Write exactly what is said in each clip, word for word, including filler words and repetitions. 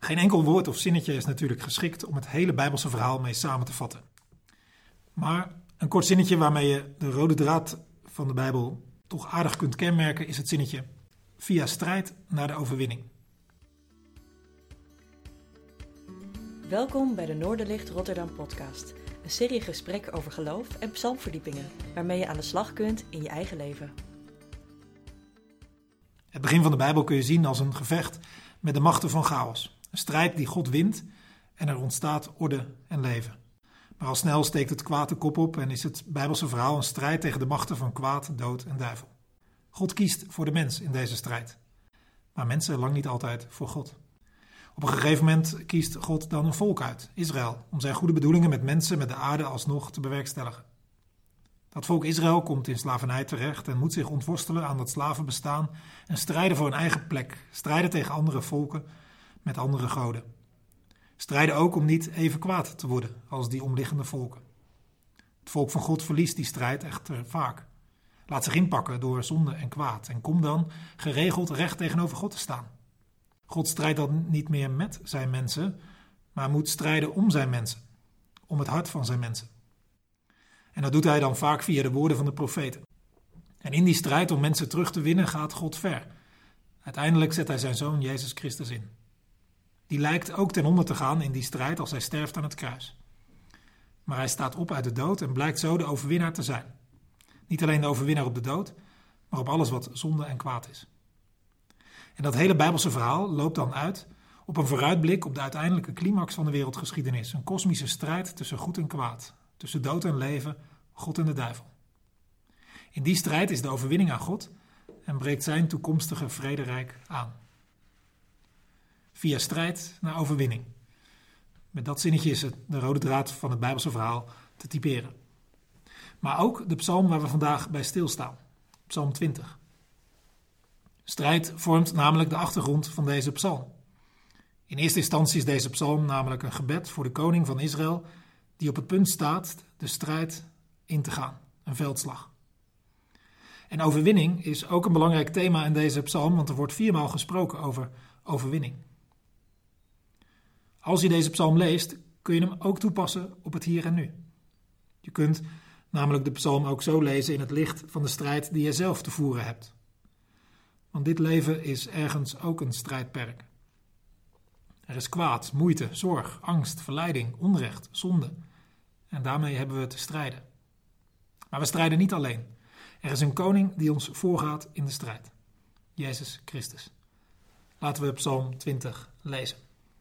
Geen enkel woord of zinnetje is natuurlijk geschikt om het hele Bijbelse verhaal mee samen te vatten. Maar een kort zinnetje waarmee je de rode draad van de Bijbel toch aardig kunt kenmerken is het zinnetje: via strijd naar de overwinning. Welkom bij de Noorderlicht Rotterdam podcast. Een serie gesprekken over geloof en psalmverdiepingen, waarmee je aan de slag kunt in je eigen leven. Het begin van de Bijbel kun je zien als een gevecht met de machten van chaos. Een strijd die God wint en er ontstaat orde en leven. Maar al snel steekt het kwaad de kop op en is het Bijbelse verhaal een strijd tegen de machten van kwaad, dood en duivel. God kiest voor de mens in deze strijd. Maar mensen lang niet altijd voor God. Op een gegeven moment kiest God dan een volk uit, Israël, om zijn goede bedoelingen met mensen, met de aarde alsnog te bewerkstelligen. Dat volk Israël komt in slavernij terecht en moet zich ontworstelen aan dat slavenbestaan en strijden voor een eigen plek, strijden tegen andere volken met andere goden. Strijden ook om niet even kwaad te worden als die omliggende volken. Het volk van God verliest die strijd echter vaak. Laat zich inpakken door zonde en kwaad en komt dan geregeld recht tegenover God te staan. God strijdt dan niet meer met zijn mensen, maar moet strijden om zijn mensen, om het hart van zijn mensen. En dat doet hij dan vaak via de woorden van de profeten. En in die strijd om mensen terug te winnen gaat God ver. Uiteindelijk zet hij zijn zoon Jezus Christus in. Die lijkt ook ten onder te gaan in die strijd als hij sterft aan het kruis. Maar hij staat op uit de dood en blijkt zo de overwinnaar te zijn. Niet alleen de overwinnaar op de dood, maar op alles wat zonde en kwaad is. En dat hele Bijbelse verhaal loopt dan uit op een vooruitblik op de uiteindelijke climax van de wereldgeschiedenis. Een kosmische strijd tussen goed en kwaad, tussen dood en leven, God en de duivel. In die strijd is de overwinning aan God en breekt zijn toekomstige vrederijk aan. Via strijd naar overwinning. Met dat zinnetje is het de rode draad van het Bijbelse verhaal te typeren. Maar ook de psalm waar we vandaag bij stilstaan, psalm twintig. Strijd vormt namelijk de achtergrond van deze psalm. In eerste instantie is deze psalm namelijk een gebed voor de koning van Israël die op het punt staat de strijd in te gaan, een veldslag. En overwinning is ook een belangrijk thema in deze psalm, want er wordt viermaal gesproken over overwinning. Als je deze psalm leest, kun je hem ook toepassen op het hier en nu. Je kunt namelijk de psalm ook zo lezen in het licht van de strijd die je zelf te voeren hebt. Want dit leven is ergens ook een strijdperk. Er is kwaad, moeite, zorg, angst, verleiding, onrecht, zonde. En daarmee hebben we te strijden. Maar we strijden niet alleen. Er is een koning die ons voorgaat in de strijd. Jezus Christus. Laten we psalm twintig lezen.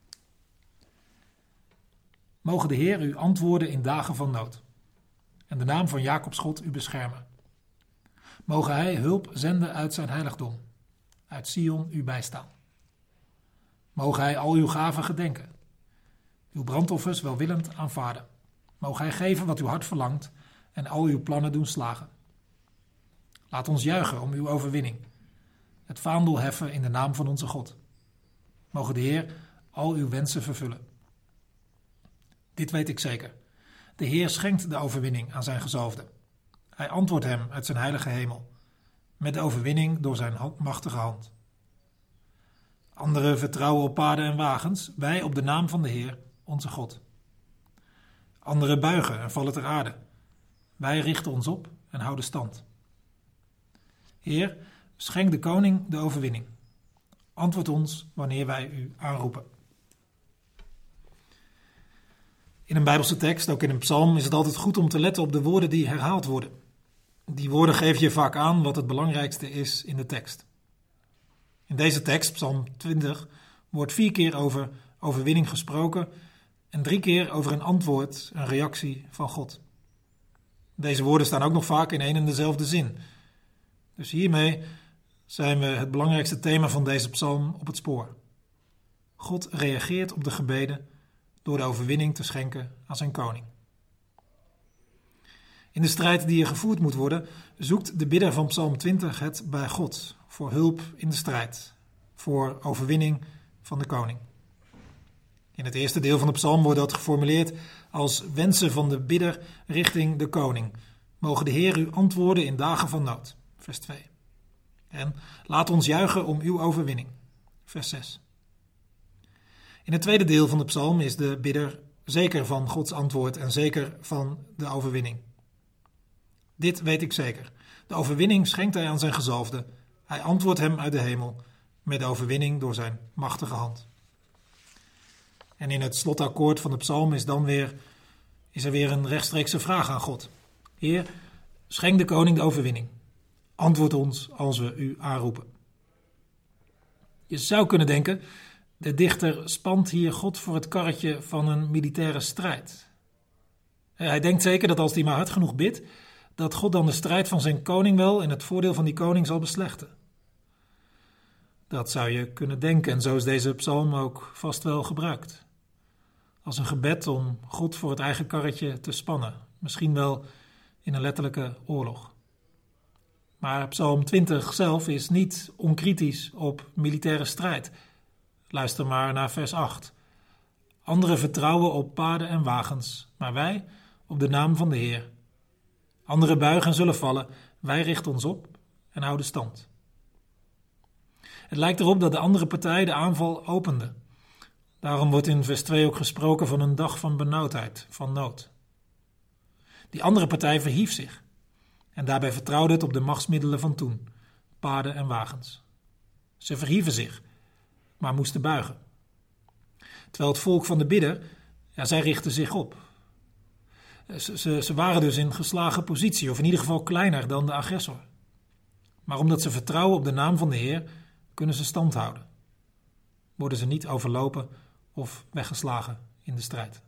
Mogen de Heer u antwoorden in dagen van nood. En de naam van Jacobs God u beschermen. Mogen hij hulp zenden uit zijn heiligdom. Uit Sion u bijstaan. Mogen hij al uw gaven gedenken. Uw brandoffers welwillend aanvaarden. Mogen hij geven wat uw hart verlangt en al uw plannen doen slagen. Laat ons juichen om uw overwinning. Het vaandel heffen in de naam van onze God. Mogen de Heer al uw wensen vervullen. Dit weet ik zeker. De Heer schenkt de overwinning aan zijn gezalfde. Hij antwoordt hem uit zijn heilige hemel. Met de overwinning door zijn machtige hand. Anderen vertrouwen op paarden en wagens, wij op de naam van de Heer, onze God. Anderen buigen en vallen ter aarde. Wij richten ons op en houden stand. Heer, schenk de koning de overwinning. Antwoord ons wanneer wij u aanroepen. In een Bijbelse tekst, ook in een psalm, is het altijd goed om te letten op de woorden die herhaald worden. Die woorden geven je vaak aan wat het belangrijkste is in de tekst. In deze tekst, psalm twintig, wordt vier keer over overwinning gesproken en drie keer over een antwoord, een reactie van God. Deze woorden staan ook nog vaak in één en dezelfde zin. Dus hiermee zijn we het belangrijkste thema van deze psalm op het spoor. God reageert op de gebeden door de overwinning te schenken aan zijn koning. In de strijd die er gevoerd moet worden, zoekt de bidder van psalm twintig het bij God voor hulp in de strijd, voor overwinning van de koning. In het eerste deel van de psalm wordt dat geformuleerd als wensen van de bidder richting de koning. Mogen de Heer u antwoorden in dagen van nood, vers twee. En laat ons juichen om uw overwinning, vers zes. In het tweede deel van de psalm is de bidder zeker van Gods antwoord en zeker van de overwinning. Dit weet ik zeker. De overwinning schenkt hij aan zijn gezalfde. Hij antwoordt hem uit de hemel met de overwinning door zijn machtige hand. En in het slotakkoord van de psalm is dan weer, is er weer een rechtstreekse vraag aan God. Heer, schenk de koning de overwinning. Antwoord ons als we u aanroepen. Je zou kunnen denken, de dichter spant hier God voor het karretje van een militaire strijd. Hij denkt zeker dat als hij maar hard genoeg bidt, dat God dan de strijd van zijn koning wel in het voordeel van die koning zal beslechten. Dat zou je kunnen denken en zo is deze psalm ook vast wel gebruikt. Als een gebed om God voor het eigen karretje te spannen, misschien wel in een letterlijke oorlog. Maar psalm twintig zelf is niet onkritisch op militaire strijd. Luister maar naar vers acht. Anderen vertrouwen op paarden en wagens, maar wij op de naam van de Heer. Anderen buigen en zullen vallen, wij richten ons op en houden stand. Het lijkt erop dat de andere partij de aanval opende. Daarom wordt in vers twee ook gesproken van een dag van benauwdheid, van nood. Die andere partij verhief zich en daarbij vertrouwde het op de machtsmiddelen van toen, paarden en wagens. Ze verhieven zich, maar moesten buigen. Terwijl het volk van de bidder, ja, zij richtten zich op. Ze, ze, ze waren dus in geslagen positie, of in ieder geval kleiner dan de agressor. Maar omdat ze vertrouwen op de naam van de Heer, kunnen ze stand houden. Worden ze niet overlopen of weggeslagen in de strijd.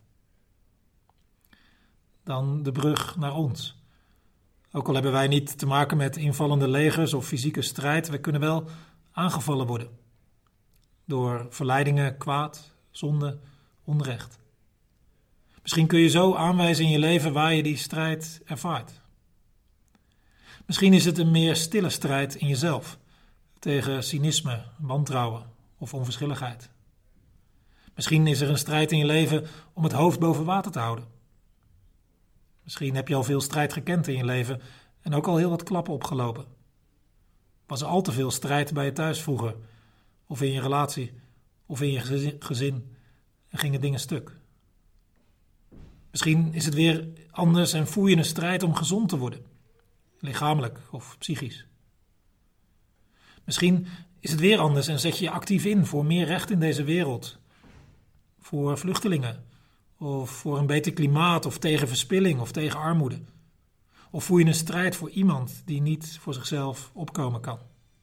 Dan de brug naar ons. Ook al hebben wij niet te maken met invallende legers of fysieke strijd, we kunnen wel aangevallen worden. Door verleidingen, kwaad, zonde, onrecht. Misschien kun je zo aanwijzen in je leven waar je die strijd ervaart. Misschien is het een meer stille strijd in jezelf, tegen cynisme, wantrouwen of onverschilligheid. Misschien is er een strijd in je leven om het hoofd boven water te houden. Misschien heb je al veel strijd gekend in je leven en ook al heel wat klappen opgelopen. Was er al te veel strijd bij je thuis vroeger, of in je relatie, of in je gezin, en gingen dingen stuk. Misschien is het weer anders en voer je een strijd om gezond te worden, lichamelijk of psychisch. Misschien is het weer anders en zet je je actief in voor meer recht in deze wereld, voor vluchtelingen, of voor een beter klimaat, of tegen verspilling, of tegen armoede. Of voer je een strijd voor iemand die niet voor zichzelf opkomen kan.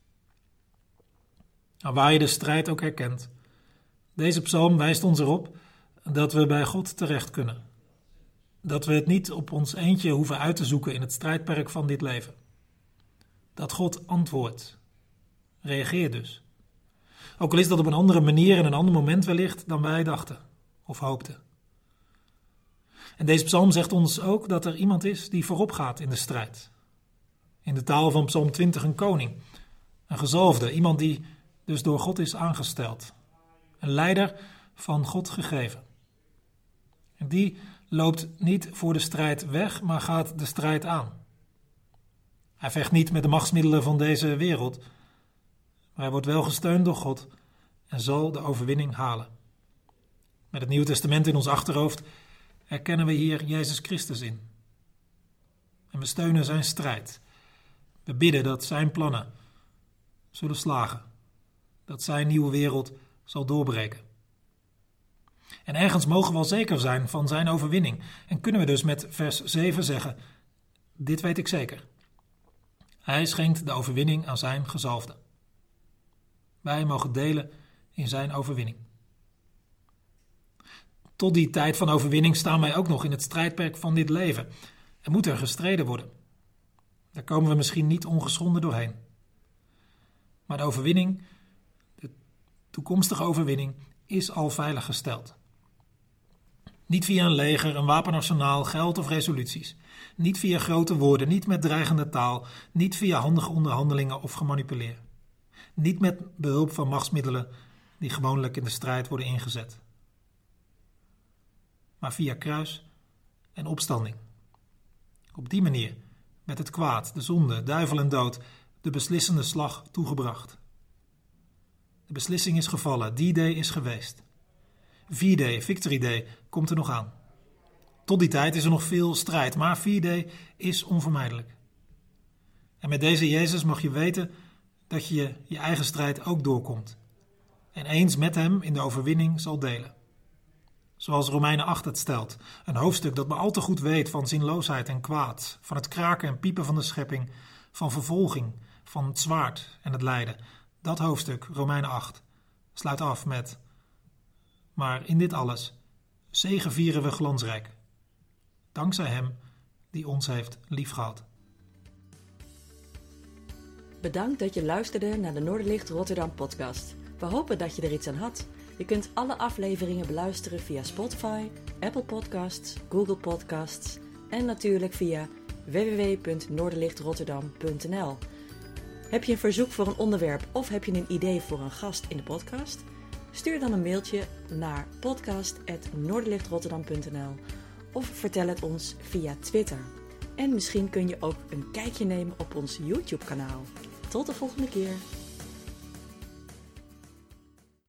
Nou, waar je de strijd ook herkent, deze psalm wijst ons erop dat we bij God terecht kunnen. Dat we het niet op ons eentje hoeven uit te zoeken in het strijdperk van dit leven. Dat God antwoordt. Reageer dus. Ook al is dat op een andere manier en een ander moment wellicht dan wij dachten of hoopten. En deze psalm zegt ons ook dat er iemand is die voorop gaat in de strijd. In de taal van psalm twintig een koning, een gezalfde, iemand die dus door God is aangesteld. Een leider van God gegeven. En die loopt niet voor de strijd weg, maar gaat de strijd aan. Hij vecht niet met de machtsmiddelen van deze wereld, maar hij wordt wel gesteund door God en zal de overwinning halen. Met het Nieuwe Testament in ons achterhoofd herkennen we hier Jezus Christus in. En we steunen zijn strijd. We bidden dat zijn plannen zullen slagen, dat zijn nieuwe wereld zal doorbreken. En ergens mogen we al zeker zijn van zijn overwinning. En kunnen we dus met vers zeven zeggen, dit weet ik zeker. Hij schenkt de overwinning aan zijn gezalfde. Wij mogen delen in zijn overwinning. Tot die tijd van overwinning staan wij ook nog in het strijdperk van dit leven. Er moet er gestreden worden. Daar komen we misschien niet ongeschonden doorheen. Maar de overwinning, de toekomstige overwinning, is al veilig gesteld. Niet via een leger, een wapenarsenaal, geld of resoluties. Niet via grote woorden, niet met dreigende taal, niet via handige onderhandelingen of gemanipuleer. Niet met behulp van machtsmiddelen die gewoonlijk in de strijd worden ingezet. Maar via kruis en opstanding. Op die manier werd het kwaad, de zonde, duivel en dood de beslissende slag toegebracht. De beslissing is gevallen, die day is geweest. V-Day, Victory Day, komt er nog aan. Tot die tijd is er nog veel strijd, maar V-Day is onvermijdelijk. En met deze Jezus mag je weten dat je je eigen strijd ook doorkomt. En eens met hem in de overwinning zal delen. Zoals Romeinen acht het stelt. Een hoofdstuk dat maar al te goed weet van zinloosheid en kwaad. Van het kraken en piepen van de schepping. Van vervolging, van het zwaard en het lijden. Dat hoofdstuk, Romeinen acht, sluit af met: maar in dit alles zegevieren we glansrijk. Dankzij hem die ons heeft liefgehad. Bedankt dat je luisterde naar de Noorderlicht Rotterdam podcast. We hopen dat je er iets aan had. Je kunt alle afleveringen beluisteren via Spotify, Apple Podcasts, Google Podcasts en natuurlijk via w w w punt noorderlichtrotterdam punt n l. Heb je een verzoek voor een onderwerp of heb je een idee voor een gast in de podcast? Stuur dan een mailtje naar podcast apenstaartje noorderlichtrotterdam punt n l of vertel het ons via Twitter. En misschien kun je ook een kijkje nemen op ons YouTube kanaal. Tot de volgende keer!